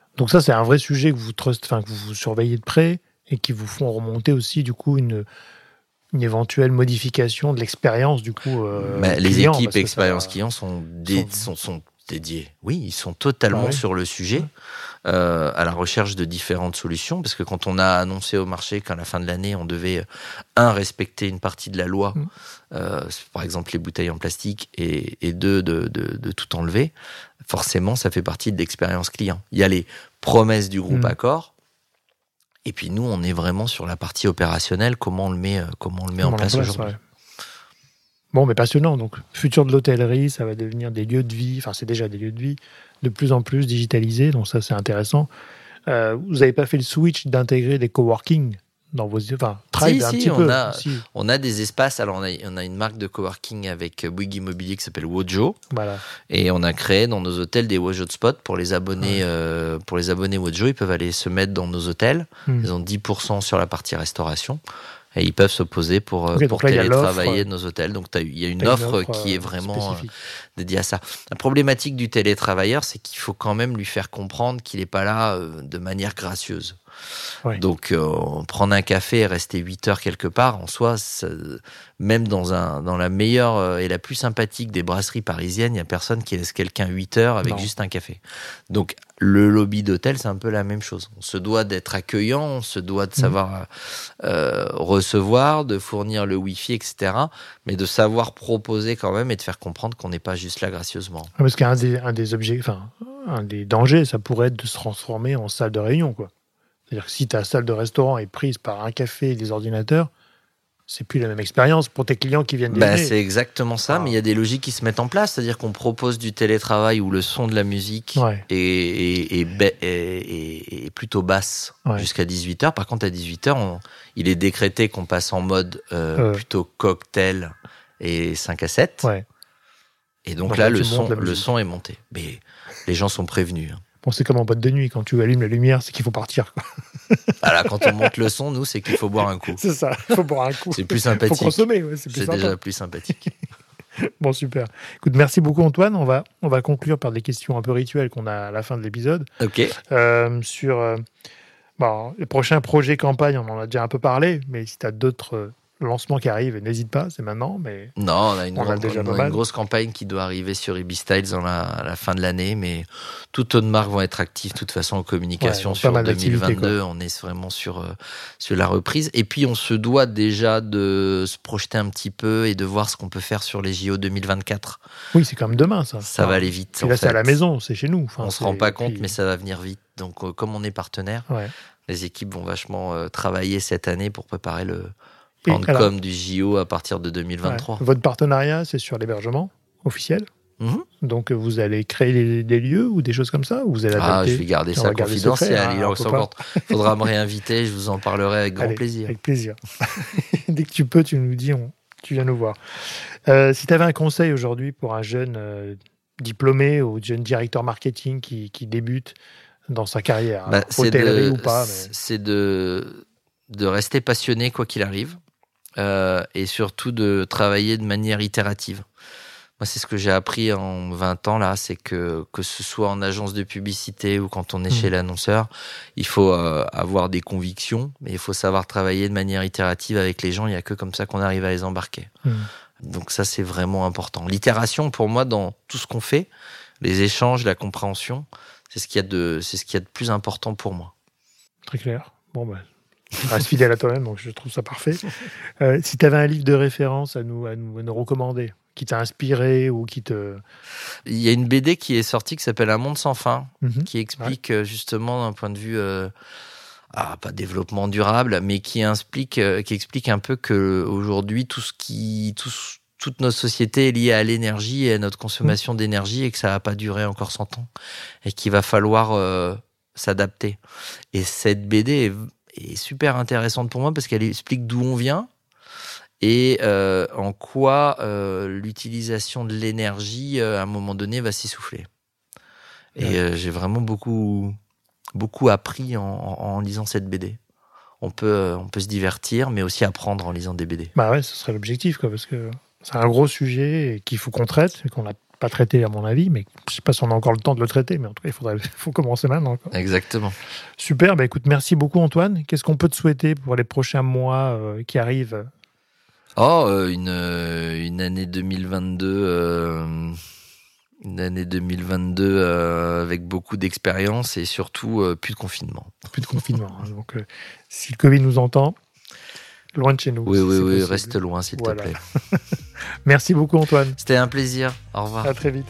Donc ça, c'est un vrai sujet que que vous surveillez de près et qui vous font remonter aussi, du coup, une éventuelle modification de l'expérience, du coup, les client, équipes parce que expérience client sont dédiées. Oui, ils sont totalement sur le sujet, à la recherche de différentes solutions, parce que quand on a annoncé au marché qu'à la fin de l'année, on devait, respecter une partie de la loi, par exemple les bouteilles en plastique, et deux, de tout enlever, forcément, ça fait partie de l'expérience client. Il y a les promesses du groupe Accor, et puis nous, on est vraiment sur la partie opérationnelle, comment on le met en place aujourd'hui. Ouais. Bon, mais passionnant. Donc, futur de l'hôtellerie, ça va devenir des lieux de vie. Enfin, c'est déjà des lieux de vie de plus en plus digitalisés. Donc, ça, c'est intéressant. Vous n'avez pas fait le switch d'intégrer des coworking dans vos... Enfin, Tribe, un petit peu. On a des espaces. Alors, on a une marque de coworking avec Bouygues Immobilier qui s'appelle Wojo. Voilà. Et on a créé dans nos hôtels des Wojo Spots pour les abonnés. Pour les abonnés Wojo, ils peuvent aller se mettre dans nos hôtels. Ils ont 10% sur la partie restauration. Et ils peuvent s'opposer pour télétravailler de nos hôtels. Donc, il y a une offre qui est vraiment dédiée à ça. La problématique du télétravailleur, c'est qu'il faut quand même lui faire comprendre qu'il n'est pas là de manière gracieuse. Ouais. Donc, prendre un café et rester 8 heures quelque part, en soi, même dans la meilleure et la plus sympathique des brasseries parisiennes, il n'y a personne qui laisse quelqu'un 8 heures avec juste un café. Donc, le lobby d'hôtel, c'est un peu la même chose. On se doit d'être accueillant, on se doit de savoir recevoir, de fournir le Wi-Fi, etc. Mais de savoir proposer quand même et de faire comprendre qu'on n'est pas juste là gracieusement. Parce qu'un un des dangers, ça pourrait être de se transformer en salle de réunion, quoi. C'est-à-dire que si ta salle de restaurant est prise par un café et des ordinateurs, c'est plus la même expérience pour tes clients qui viennent déjeuner. C'est exactement ça, mais il y a des logiques qui se mettent en place, c'est-à-dire qu'on propose du télétravail où le son de la musique est plutôt basse jusqu'à 18h. Par contre, à 18h, il est décrété qu'on passe en mode plutôt cocktail et 5 à 7. Ouais. Et donc là, le son est monté. Mais les gens sont prévenus. Bon, c'est comme en boîte de nuit, quand tu allumes la lumière, c'est qu'il faut partir, quoi. Voilà, quand on monte le son, nous, c'est qu'il faut boire un coup. C'est ça, il faut boire un coup. C'est plus sympathique. Il faut consommer, c'est déjà plus sympathique. Bon, super. Écoute, merci beaucoup, Antoine. On va conclure par des questions un peu rituelles qu'on a à la fin de l'épisode. Ok. Sur les prochains projets campagne, on en a déjà un peu parlé, mais si tu as d'autres lancements qui arrivent, n'hésite pas, c'est maintenant. Mais non, on a une grosse campagne qui doit arriver sur Ibistyles à la fin de l'année, mais toutes nos marques vont être actives de toute façon en communication sur 2022. On est vraiment sur la reprise. Et puis, on se doit déjà de se projeter un petit peu et de voir ce qu'on peut faire sur les JO 2024. Oui, c'est comme demain, ça. Ça va aller vite. Et là, c'est à la maison, c'est chez nous. On ne se rend pas compte, mais ça va venir vite. Donc, comme on est partenaire, les équipes vont vachement travailler cette année pour préparer le plan de com du JO à partir de 2023. Votre partenariat, c'est sur l'hébergement officiel. Donc, vous allez créer des lieux ou des choses comme ça, ou vous allez adapter? Je vais garder ça confidentiel. Il faudra me réinviter, je vous en parlerai avec grand plaisir. Avec plaisir. Dès que tu peux, tu nous dis, tu viens nous voir. Si tu avais un conseil aujourd'hui pour un jeune diplômé ou jeune directeur marketing qui débute dans sa carrière, hôtellerie ou pas, c'est de rester passionné quoi qu'il arrive. Et surtout de travailler de manière itérative. Moi, c'est ce que j'ai appris en 20 ans, là, c'est que ce soit en agence de publicité ou quand on est chez l'annonceur, il faut avoir des convictions, mais il faut savoir travailler de manière itérative avec les gens, il n'y a que comme ça qu'on arrive à les embarquer. Donc ça, c'est vraiment important. L'itération, pour moi, dans tout ce qu'on fait, les échanges, la compréhension, c'est ce qu'il y a de plus important pour moi. Très clair. Bon, reste fidèle à toi-même, donc je trouve ça parfait. Si tu avais un livre de référence à nous recommander, qui t'a inspiré ou qui te... Il y a une BD qui est sortie qui s'appelle Un monde sans fin, qui explique justement d'un point de vue, pas développement durable, mais qui explique un peu qu'aujourd'hui, toute notre société est liée à l'énergie et à notre consommation d'énergie et que ça va pas durer encore 100 ans et qu'il va falloir s'adapter. Et cette BD est super intéressante pour moi parce qu'elle explique d'où on vient et en quoi l'utilisation de l'énergie à un moment donné va s'essouffler. Et j'ai vraiment beaucoup appris en lisant cette BD. On peut se divertir, mais aussi apprendre en lisant des BD. Bah ouais, ce serait l'objectif, quoi, parce que c'est un gros sujet qu'il faut qu'on traite, et qu'on n'a pas traité à mon avis, mais je ne sais pas si on a encore le temps de le traiter, mais en tout cas, il faut commencer maintenant. Quoi. Exactement. Super, écoute, merci beaucoup Antoine. Qu'est-ce qu'on peut te souhaiter pour les prochains mois qui arrivent ? Une année 2022... Une année 2022 avec beaucoup d'expérience et surtout plus de confinement. Plus de confinement. Donc, si le Covid nous entend, loin de chez nous. Oui, reste loin s'il te plaît. Merci beaucoup Antoine. C'était un plaisir. Au revoir. À très vite.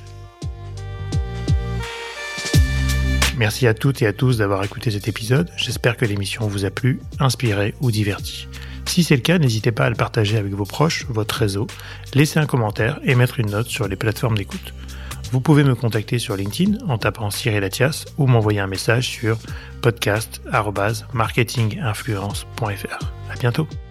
Merci à toutes et à tous d'avoir écouté cet épisode. J'espère que l'émission vous a plu, inspiré ou diverti. Si c'est le cas, n'hésitez pas à le partager avec vos proches, votre réseau, laisser un commentaire et mettre une note sur les plateformes d'écoute. Vous pouvez me contacter sur LinkedIn en tapant Cyril Athias ou m'envoyer un message sur podcast@marketinginfluence.fr. À bientôt.